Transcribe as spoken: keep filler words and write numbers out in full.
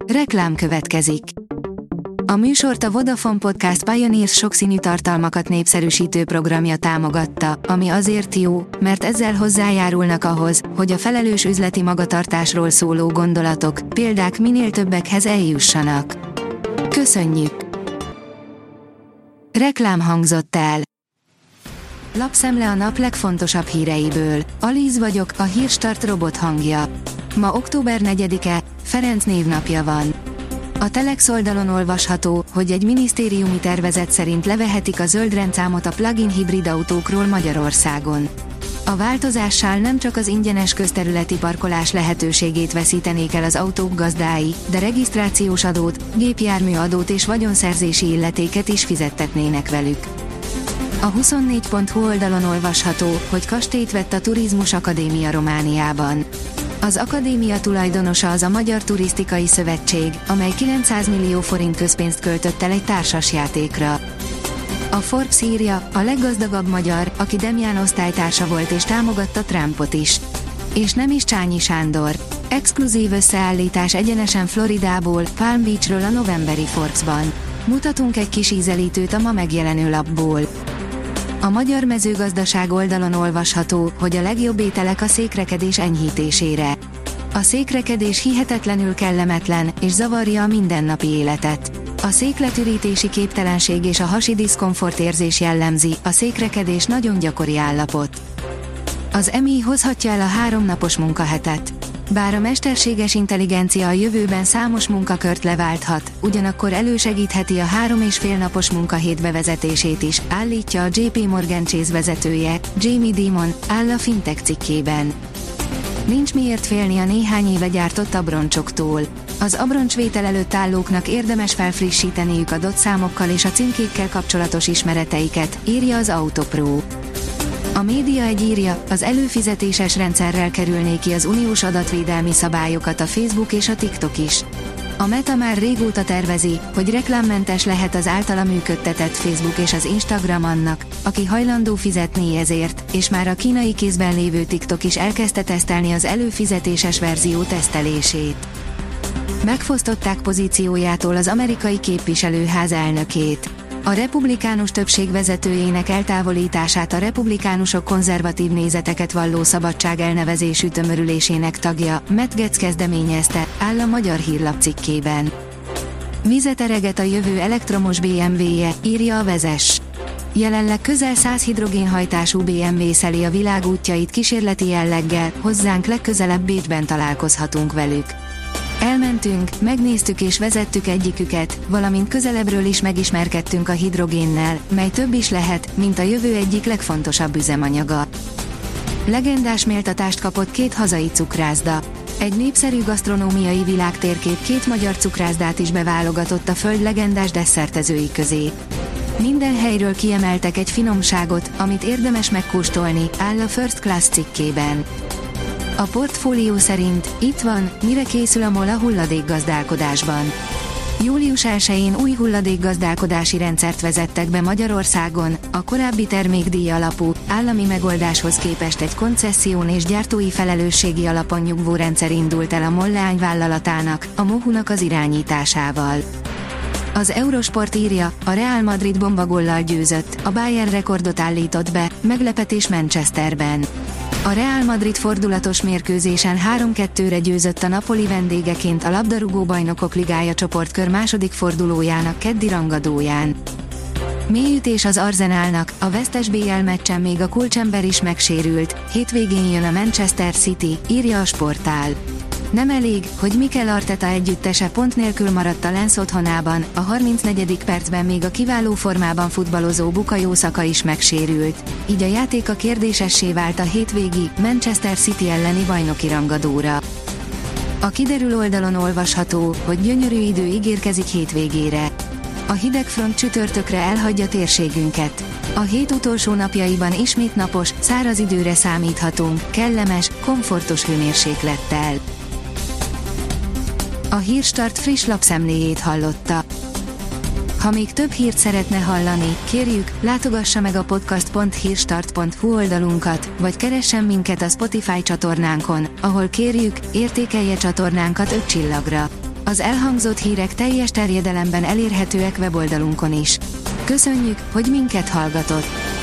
Reklám következik. A műsort a Vodafone Podcast Pioneers sokszínű tartalmakat népszerűsítő programja támogatta, ami azért jó, mert ezzel hozzájárulnak ahhoz, hogy a felelős üzleti magatartásról szóló gondolatok, példák minél többekhez eljussanak. Köszönjük! Reklám hangzott el. Lapszemle a nap legfontosabb híreiből. Alíz vagyok, a Hírstart robot hangja. Ma október negyedike, Ferenc névnapja van. A Telex oldalon olvasható, hogy egy minisztériumi tervezet szerint levehetik a zöld rendszámot a plug-in hibrid autókról Magyarországon. A változással nem csak az ingyenes közterületi parkolás lehetőségét veszítenék el az autók gazdái, de regisztrációs adót, gépjármű adót és vagyonszerzési illetéket is fizettetnének velük. A huszonnégy pont hu oldalon olvasható, hogy kastélyt vett a Turizmus Akadémia Romániában. Az akadémia tulajdonosa az a Magyar Turisztikai Szövetség, amely kilencszáz millió forint közpénzt költött el egy társasjátékra. A Forbes írja, a leggazdagabb magyar, aki Demján osztálytársa volt és támogatta Trumpot is. És nem is Csányi Sándor. Exkluzív összeállítás egyenesen Floridából, Palm Beachről a novemberi Forbesban. Mutatunk egy kis ízelítőt a ma megjelenő lapból. A Magyar Mezőgazdaság oldalon olvasható, hogy a legjobb ételek a székrekedés enyhítésére. A székrekedés hihetetlenül kellemetlen, és zavarja a mindennapi életet. A székletürítési képtelenség és a hasi diszkomfort érzés jellemzi, a székrekedés nagyon gyakori állapot. Az em i hozhatja el a háromnapos munkahetet. Bár a mesterséges intelligencia a jövőben számos munkakört leválthat, ugyanakkor elősegítheti a három és fél napos munkahét bevezetését is, állítja a jé pé Morgan Chase vezetője, Jamie Dimon, áll a Fintech cikkében. Nincs miért félni a néhány éve gyártott abroncsoktól. Az abroncsvétel előtt állóknak érdemes felfrissíteniük a dot számokkal és a címkékkel kapcsolatos ismereteiket, írja az Autopro. A Média egy írja, az előfizetéses rendszerrel kerülné ki az uniós adatvédelmi szabályokat a Facebook és a TikTok is. A Meta már régóta tervezi, hogy reklámmentes lehet az általa működtetett Facebook és az Instagram annak, aki hajlandó fizetni ezért, és már a kínai kézben lévő TikTok is elkezdte tesztelni az előfizetéses verzió tesztelését. Megfosztották pozíciójától az amerikai képviselőház elnökét. A republikánus többség vezetőjének eltávolítását a republikánusok konzervatív nézeteket valló szabadság elnevezésű tömörülésének tagja, Matt Gaetz kezdeményezte, áll a Magyar Hírlap cikkében. Vizet ereget a jövő elektromos bé em vé-je, írja a Vezess. Jelenleg közel száz hidrogénhajtású bé em vé szeli a világ útjait kísérleti jelleggel, hozzánk legközelebb Bécsben találkozhatunk velük. Elmentünk, megnéztük és vezettük egyiküket, valamint közelebbről is megismerkedtünk a hidrogénnel, mely több is lehet, mint a jövő egyik legfontosabb üzemanyaga. Legendás méltatást kapott két hazai cukrászda. Egy népszerű gasztronómiai világtérkép két magyar cukrászdát is beválogatott a föld legendás desszertezői közé. Minden helyről kiemeltek egy finomságot, amit érdemes megkóstolni, áll a First Class cikkében. A portfólió szerint itt van, mire készül a MOL a hulladékgazdálkodásban. július elsején új hulladékgazdálkodási rendszert vezettek be Magyarországon, a korábbi termékdíj alapú, állami megoldáshoz képest egy koncesszión és gyártói felelősségi alapon nyugvó rendszer indult el a MOL leányvállalatának, a MOHU-nak az irányításával. Az Eurosport írja, a Real Madrid bombagollal győzött, a Bayern rekordot állított be, meglepetés Manchesterben. A Real Madrid fordulatos mérkőzésen három kettőre győzött a Napoli vendégeként a labdarúgó bajnokok ligája csoportkör második fordulójának keddi rangadóján. Mélyütés az Arsenalnak, a vesztes bé el meccsen még a kulcsember is megsérült, hétvégén jön a Manchester City, írja a Sportál. Nem elég, hogy Mikel Arteta együttese pont nélkül maradt a Lens otthonában, a harmincnegyedik percben még a kiváló formában futballozó Bukayo Saka is megsérült, így a játéka kérdésessé vált a hétvégi Manchester City elleni bajnoki rangadóra. A kiderül oldalon olvasható, hogy gyönyörű idő ígérkezik hétvégére. A hidegfront csütörtökre elhagyja térségünket. A hét utolsó napjaiban ismét napos, száraz időre számíthatunk, kellemes, komfortos hőmérséklettel. A Hírstart friss lapszemléjét hallotta. Ha még több hírt szeretne hallani, kérjük, látogassa meg a podcast pont hírstart pont hu oldalunkat, vagy keressen minket a Spotify csatornánkon, ahol kérjük, értékelje csatornánkat öt csillagra. Az elhangzott hírek teljes terjedelemben elérhetőek weboldalunkon is. Köszönjük, hogy minket hallgatott!